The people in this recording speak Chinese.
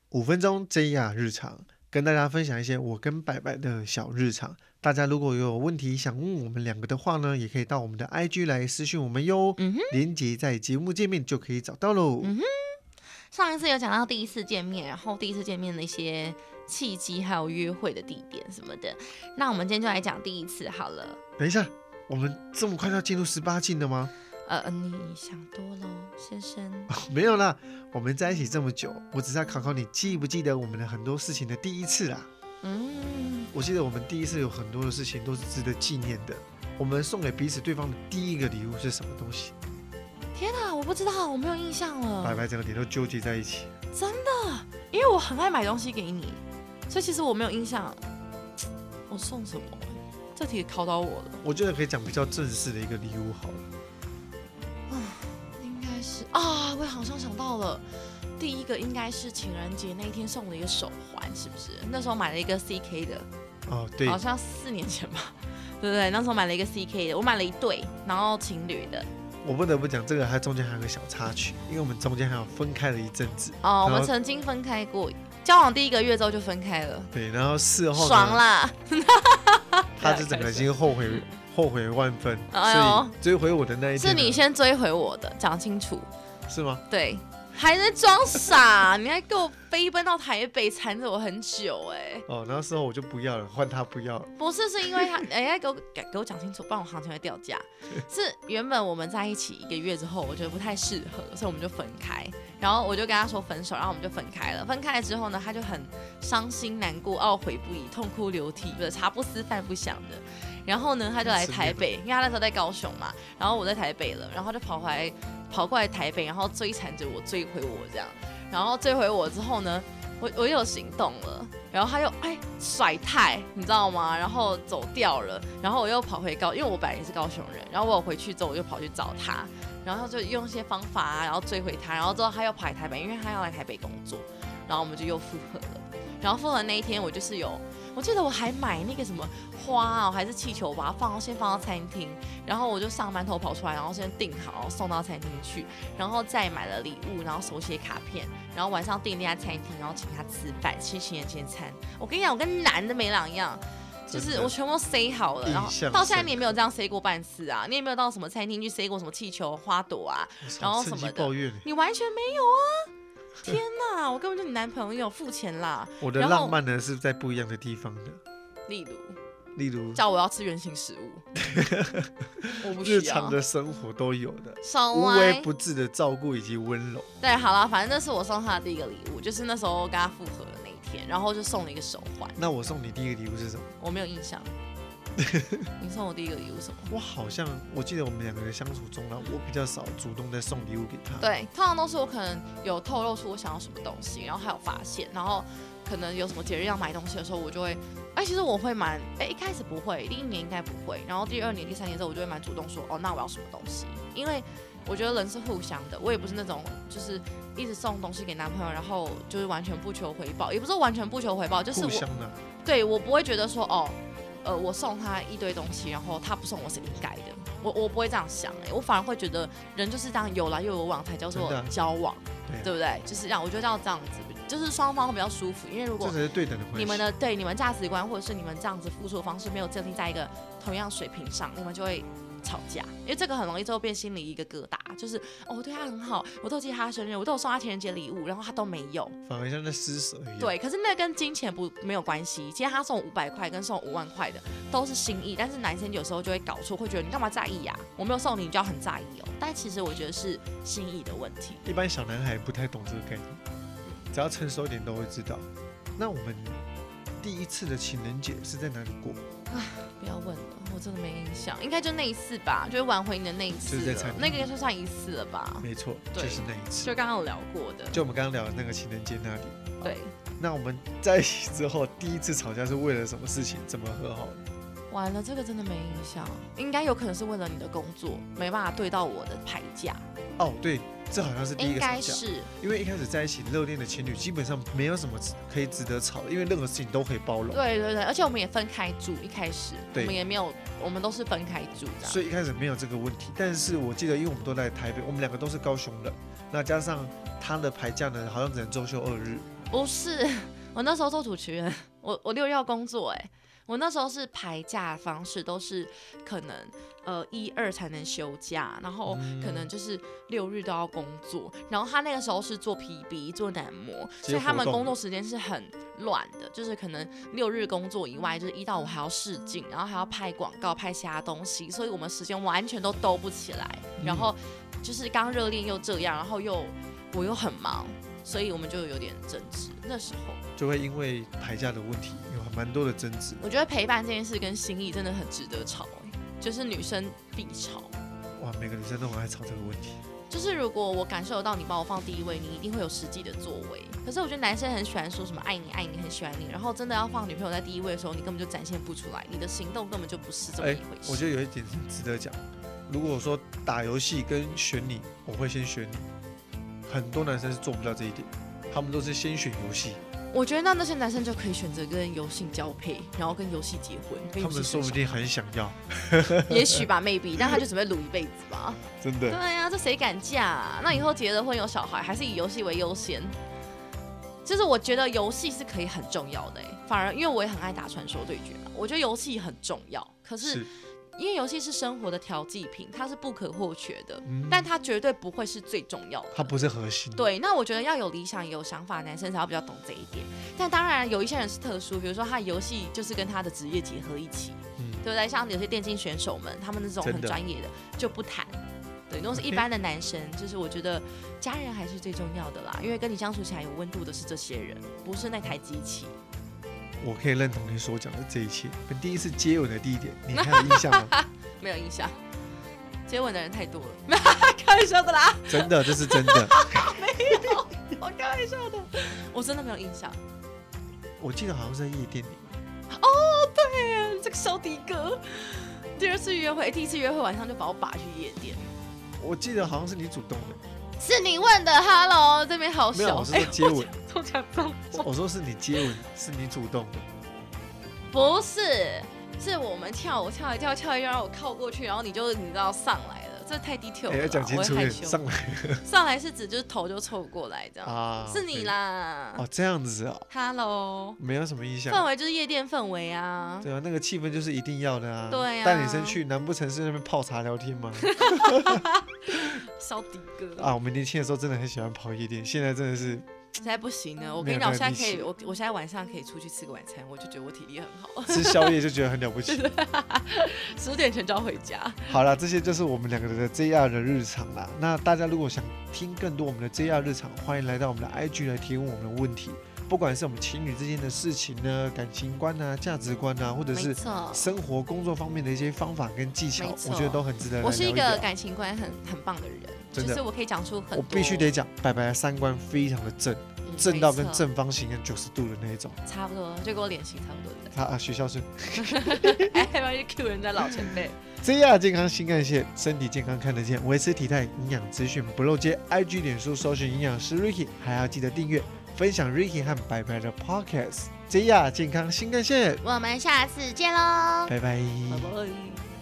5分钟 JR 日常，跟大家分享一些我跟白白的小日常。大家如果有问题想问我们两个的话呢，也可以到我们的 IG 来私讯我们哟。连结在节目界面就可以找到喽。 上一次有讲到第一次见面，然后第一次见面的一些契机，还有约会的地点什么的。那我们今天就来讲第一次好了。 等一下，我们这么快就要进入18禁了吗？ 你想多喽，先生。 没有啦，我们在一起这么久，我只是要考考你记不记得我们的很多事情的第一次啦。我记得我们第一次有很多的事情都是值得纪念的。我们送给彼此对方的第一个礼物是什么东西？ 天哪，我不知道，我没有印象了。 白白整个脸都纠结在一起。 真的，因为我很爱买东西给你，所以其实我没有印象。我送什么？这题考到我了。 我觉得可以讲比较正式的一个礼物好了。 应该是啊，我好像想到了，第一个应该是情人节那一天送了一个手环，是不是？那时候买了一个 CK 的。 哦，对， 好像4年前吧，对不对？那时候买了一个 CK 的，我买了一对，然后情侣的。 我不得不讲，这个它中间还有个小插曲，因为我们中间还有分开了一阵子。 我们曾经分开过，交往第1个月之后就分开了。 对，然后事后爽啦， 他就整个已经后悔万分，所以追回我的那一天是你先追回我的，讲清楚。 是吗？ 对。还在装傻，你还给我飞奔到台北缠着我很久然后事后我就不要了，换他不要了。 不是，是因为他给我讲清楚，不然我行情会掉价。是原本我们在一起1个月之后，我觉得不太适合，所以我们就分开。然后我就跟他说分手，然后我们就分开了。分开了之后呢，他就很伤心难过、懊悔不已、痛哭流涕的，茶不思饭不想的。然后呢，他就来台北，因为他那时候在高雄嘛，然后我在台北了，然后就跑过来台北，然后追缠着我，追回我这样。然后追回我之后呢，我有行动了，然后他又甩态，你知道吗？然后走掉了，然后我又跑回因为我本来也是高雄人，然后我回去之后我就跑去找他，然后就用一些方法然后追回他，然后之后他又跑来台北，因为他要来台北工作，然后我们就又复合了。然后复合那一天，我记得我还买那个什么花还是气球，把它先放到餐厅，然后我就上班偷跑出来，然后先订好，然后送到餐厅去，然后再买了礼物，然后手写卡片，然后晚上订那家餐厅，然后请他吃饭，吃情人节餐。我跟你讲，我跟男的没两样。就是我全部都塞好了，然后到现在你也没有这样塞过半次啊，你也没有到什么餐厅去塞过什么气球、花朵啊，然后什么的，你完全没有啊！天哪，我根本就你男朋友，付钱啦！ 我的浪漫呢是在不一样的地方的，例如叫我要吃原型食物，我不需要。 日常的生活都有的， 无微不至的照顾以及温柔。 对，好啦，反正那是我送他的第一个礼物，就是那时候跟他复合的那一天，然后就送了一个手环。 那我送你第一个礼物是什么？ 我没有印象。你送我第一个礼物什么？ 我记得我们两个人相处中呢，我比较少主动在送礼物给他。 对，通常都是我可能有透露出我想要什么东西，然后还有发现，然后可能有什么节日要买东西的时候，我就会，其实我会一开始不会，第1年应该不会，然后第2年、第3年之后，我就会蛮主动说，那我要什么东西，因为我觉得人是互相的，我也不是那种就是一直送东西给男朋友，然后就是完全不求回报，也不是完全不求回报，就是我不会觉得说我送他一堆东西，然后他不送我是应该的，我不会这样想我反而会觉得人就是这样有来又有往才叫做交往，对不对？就是我觉得要这样子，就是双方会比较舒服，因为如果这才是对等的关系，你们价值观或者是你们这样子付出的方式没有建立在一个同样水平上，你们就会吵架，因为这个很容易最后变心里一个疙瘩，就是我对他很好，我都记他生日，我都有送他情人节礼物，然后他都没有， 反而像在施舍一样。 对，可是那跟金钱没有关系，今天他送500块跟送5万块的都是心意，但是男生有时候就会搞错，会觉得你干嘛在意呀？我没有送你，你就要很在意但其实我觉得是心意的问题。 一般小男孩不太懂这个概念，只要成熟一点都会知道。那我们第一次的情人节是在哪里过？ 不要问了，我真的没印象，应该就那一次吧，就是挽回你的那一次了，那个应该算一次了吧？ 没错，就是那一次， 就刚刚有聊过的， 就我们刚刚聊的那个情人节那里。 对， 那我们在一起之后，第一次吵架是为了什么事情？怎么和好的？ 完了，这个真的没印象，应该有可能是为了你的工作没办法对到我的牌价。 对，这好像是第一个吵架， 应该是因为一开始在一起热恋的情侣基本上没有什么可以值得吵的，因为任何事情都可以包容。 对，而且我们也分开住，一开始我们也没有，我们都是分开住的， 所以一开始没有这个问题。但是我记得，因为我们都在台北，我们两个都是高雄人，那加上他的牌假呢，好像只能周休2日， 不是，我那时候做主持人，我6日要工作我那时候是排假的方式，都是可能1、2才能休假，然后可能就是6日都要工作。然后他那个时候是做 PB 做男模，所以他们工作时间是很乱的，就是可能6日工作以外，就是1到5还要试镜，然后还要拍广告、拍其他东西，所以我们时间完全都兜不起来。然后就是刚热恋又这样，然后我又很忙，所以我们就有点争执。那时候就会因为排假的问题有蛮多的争执。 我觉得陪伴这件事跟心意真的很值得吵就是女生必吵。 哇，每个女生都很爱吵这个问题。 就是如果我感受到你把我放第一位，你一定会有实际的作为。可是我觉得男生很喜欢说什么爱你爱你，很喜欢你，然后真的要放女朋友在第一位的时候，你根本就展现不出来，你的行动根本就不是这么一回事。 我觉得有一点值得讲，如果说打游戏跟选你，我会先选你。很多男生是做不到这一点，他们都是先选游戏。 我觉得那些男生就可以选择跟游戏交配，然后跟游戏结婚。 他们说不定很想要， 也许吧 ，maybe， 但他就准备撸一辈子吧。 真的。 对啊，这谁敢嫁啊？那以后结了婚有小孩，还是以游戏为优先？就是我觉得游戏是可以很重要的反而因为我也很爱打传说对决嘛，我觉得游戏很重要。可是因为游戏是生活的调剂品，它是不可或缺的，但它绝对不会是最重要的， 它不是核心。 对，那我觉得要有理想、也有想法的男生才要比较懂这一点。但当然，有一些人是特殊，比如说他游戏就是跟他的职业结合一起，对不对？像有些电竞选手们，他们那种很专业的就不谈。对，如果是一般的男生，就是我觉得家人还是最重要的啦，因为跟你相处起来有温度的是这些人，不是那台机器。 我可以认同你所讲的这一切。跟第一次接吻的第一点，你还有印象吗？ 没有印象，接吻的人太多了，开玩笑的啦。 真的，这是真的。 没有，我开玩笑的，我真的没有印象。 我记得好像是在夜店里。 哦，对，这个小迪哥，第二次约会，第一次约会晚上就把我拔去夜店。 我记得好像是你主动的。 是你问的 ，Hello， 这边好小。 没有，我是说接吻。 我讲脏话。 我说是你接吻，是你主动的。 不是，是我们跳舞跳一跳，然后我靠过去，然后你知道上来了，这太 detail 了。 要讲清楚点，上来了。 上来是指就是头就凑过来这样。啊，是你啦。 哦，这样子啊。 Hello。没有什么印象。 氛围就是夜店氛围啊。 对啊，那个气氛就是一定要的啊。 对啊。 带女生去，难不成是那边泡茶聊天吗？ 小迪哥啊，我们年轻的时候真的很喜欢跑夜店，现在真的是。 现在不行了，我跟你讲，我现在可以，我现在晚上可以出去吃个晚餐，我就觉得我体力很好。 吃宵夜就觉得很了不起。 10点前就要回家。 好啦，这些就是我们两个人的 JR 的日常啦。那大家如果想听更多我们的 JR 日常，欢迎来到我们的 IG 来提问我们的问题。不管是我们情侣之间的事情呢、感情观啊、价值观啊，或者是生活工作方面的一些方法跟技巧，我觉得都很值得来聊一聊。 我是一个感情观很棒的人，就是我可以讲出很多。 我必须得讲，白白的三观非常的正，正到跟正方形跟90度的那一种。 差不多，就跟我脸型差不多的。 他啊，徐孝顺。 哎，要 Q 人家老前辈。 JR 健康新干线，身体健康看得见，维持体态，营养资讯不漏接。IG 脸书搜寻营养师 Ricky， 还要记得订阅。分享 Ricky 和白白的 Podcast，JR 健康新干线， 我们下次见喽， 拜拜， 拜拜。